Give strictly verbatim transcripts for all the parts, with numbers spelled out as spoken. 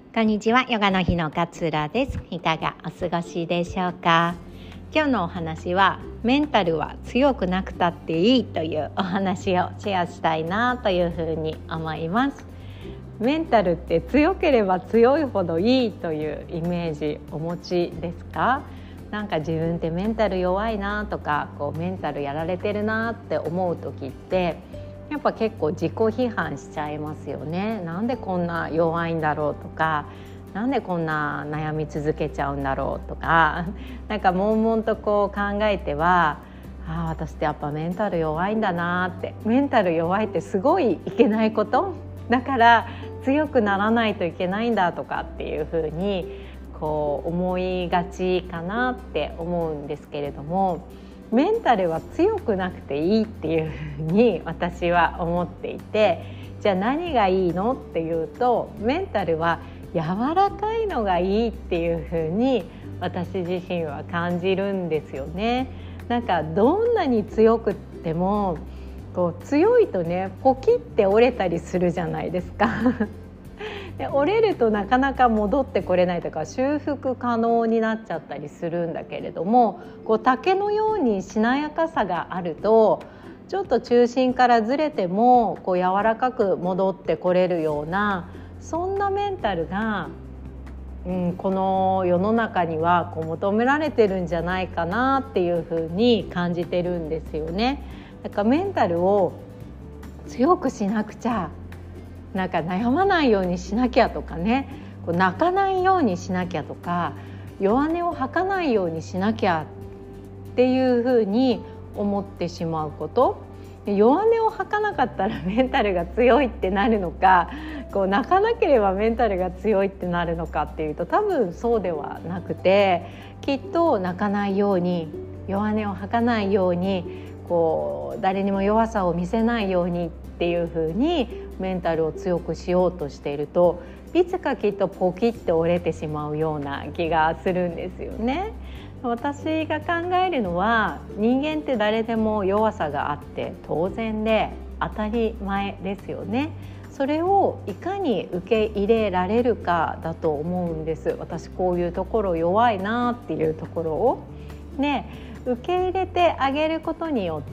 こんにちは、ヨガの日の勝浦です。いかがお過ごしでしょうか。今日のお話はメンタルは強くなくたっていいというお話をシェアしたいなというふうに思います。メンタルって強ければ強いほどいいというイメージお持ちですか？なんか自分ってメンタル弱いなとか、こうメンタルやられてるなって思う時ってやっぱ結構自己批判しちゃいますよね。なんでこんな弱いんだろうとか、なんでこんな悩み続けちゃうんだろうとか、なんか悶々とこう考えては、ああ私ってやっぱメンタル弱いんだなって、メンタル弱いってすごいいけないことだから強くならないといけないんだとかっていう風にこう思いがちかなって思うんですけれども、メンタルは強くなくていいっていうふうに私は思っていて、じゃあ何がいいのっていうと、メンタルは柔らかいのがいいっていうふうに私自身は感じるんですよね。なんかどんなに強くってもこう強いとね、ポキって折れたりするじゃないですかで折れるとなかなか戻ってこれないとか、修復可能になっちゃったりするんだけれども、こう竹のようにしなやかさがあると、ちょっと中心からずれてもこう柔らかく戻ってこれるような、そんなメンタルが、うん、この世の中にはこう求められてるんじゃないかなっていうふうに感じてるんですよね。だからメンタルを強くしなくちゃ、なんか悩まないようにしなきゃとかね、こう泣かないようにしなきゃとか、弱音を吐かないようにしなきゃっていうふうに思ってしまうこと。弱音を吐かなかったらメンタルが強いってなるのか、こう泣かなければメンタルが強いってなるのかっていうと、多分そうではなくて、きっと泣かないように、弱音を吐かないように、こう誰にも弱さを見せないようにっていうふうにメンタルを強くしようとしていると、いつかきっとポキッて折れてしまうような気がするんですよね。私が考えるのは、人間って誰でも弱さがあって当然で当たり前ですよね。それをいかに受け入れられるかだと思うんです。私こういうところ弱いなっていうところをね、受け入れてあげることによって、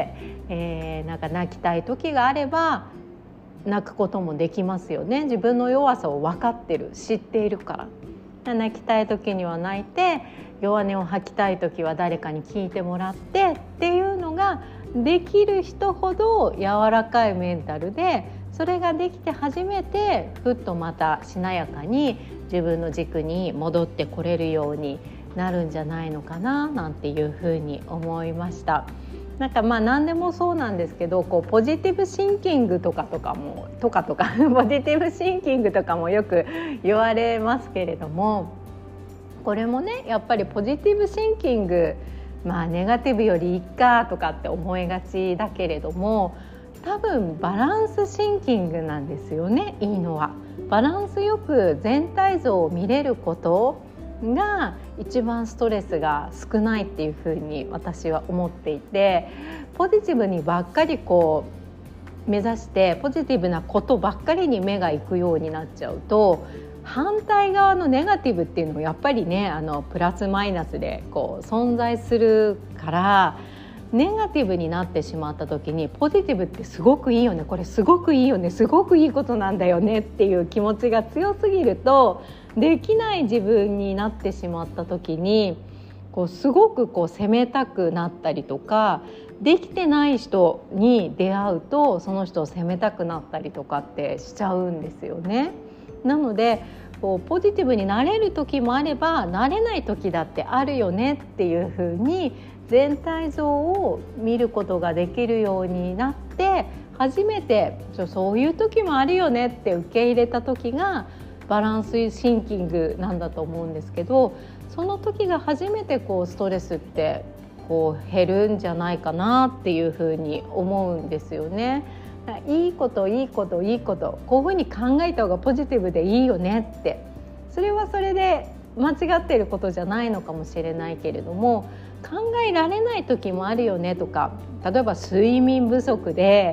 えー、なんか泣きたい時があれば泣くこともできますよね。自分の弱さを分かってる、知っているから。泣きたい時には泣いて、弱音を吐きたい時は誰かに聞いてもらってっていうのができる人ほど柔らかいメンタルで、それができて初めてふっとまたしなやかに自分の軸に戻ってこれるようになるんじゃないのかななんていうふうに思いました。なんかまあ何でもそうなんですけど、こうポジティブシンキングとかとかもとかとかポジティブシンキングとかもよく言われますけれども、これもねやっぱりポジティブシンキング、まあネガティブよりいいかとかって思いがちだけれども、多分バランスシンキングなんですよね。いいのはバランスよく全体像を見れることが一番ストレスが少ないっていうふうに私は思っていて、ポジティブにばっかりこう目指してポジティブなことばっかりに目がいくようになっちゃうと、反対側のネガティブっていうのもやっぱりね、あのプラスマイナスでこう存在するから、ネガティブになってしまった時にポジティブってすごくいいよね、これすごくいいよね、すごくいいことなんだよねっていう気持ちが強すぎると、できない自分になってしまった時にこうすごくこう責めたくなったりとか、できてない人に出会うとその人を責めたくなったりとかってしちゃうんですよね。なのでこうポジティブになれる時もあれば、なれない時だってあるよねっていうふうに全体像を見ることができるようになって、初めてそういう時もあるよねって受け入れた時がバランスシンキングなんだと思うんですけど、その時が初めてこうストレスってこう減るんじゃないかなっていうふうに思うんですよね。いいこといいこといいこと、こういうふうに考えた方がポジティブでいいよねって、それはそれで間違っていることじゃないのかもしれないけれども、考えられない時もあるよねとか、例えば睡眠不足で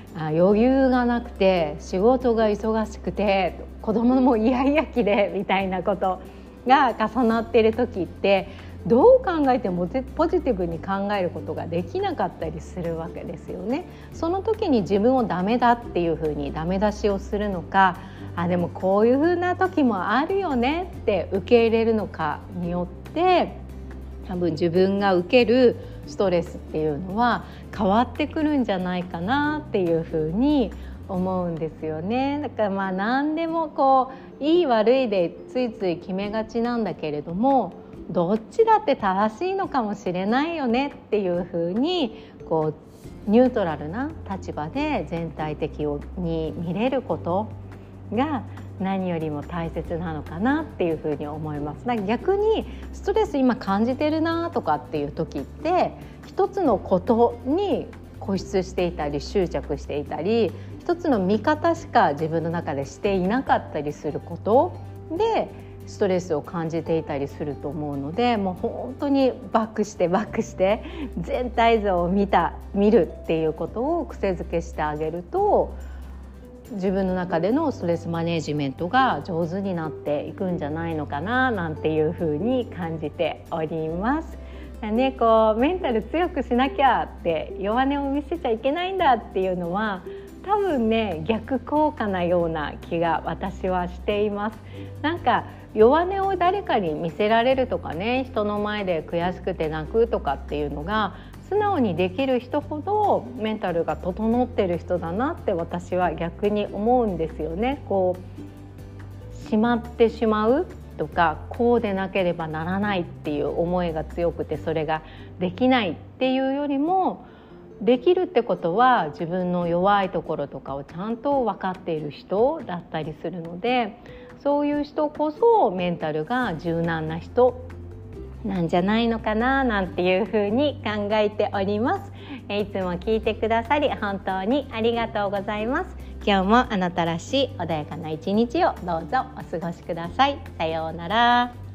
あ余裕がなくて仕事が忙しくて子供もイヤイヤ期でみたいなことが重なっている時ってどう考えてもポジティブに考えることができなかったりするわけですよね。その時に自分をダメだっていうふうにダメ出しをするのか、あでもこういうふうな時もあるよねって受け入れるのかによって多分自分が受けるストレスっていうのは変わってくるんじゃないかなっていうふうに思うんですよね。だからまあ何でもこういい悪いでついつい決めがちなんだけれども、どっちだって正しいのかもしれないよねっていうふうにこうニュートラルな立場で全体的に見れることが何よりも大切なのかなっていうふうに思います。だから逆にストレス今感じてるなとかっていう時って一つのことに固執していたり執着していたり一つの見方しか自分の中でしていなかったりすることでストレスを感じていたりすると思うので、もう本当にバックしてバックして全体像を見た見るっていうことを癖づけしてあげると自分の中でのストレスマネジメントが上手になっていくんじゃないのかななんていうふうに感じております。ね、こうメンタル強くしなきゃって弱音を見せちゃいけないんだっていうのは多分ね逆効果なような気が私はしています。なんか弱音を誰かに見せられるとかね、人の前で悔しくて泣くとかっていうのが素直にできる人ほどメンタルが整ってる人だなって私は逆に思うんですよね。こうしまってしまうとかこうでなければならないっていう思いが強くてそれができないっていうよりも、できるってことは自分の弱いところとかをちゃんと分かっている人だったりするので、そういう人こそメンタルが柔軟な人なんじゃないのかななんていうふうに考えております。いつも聞いてくださり本当にありがとうございます。今日もあなたらしい穏やかな一日をどうぞお過ごしください。さようなら。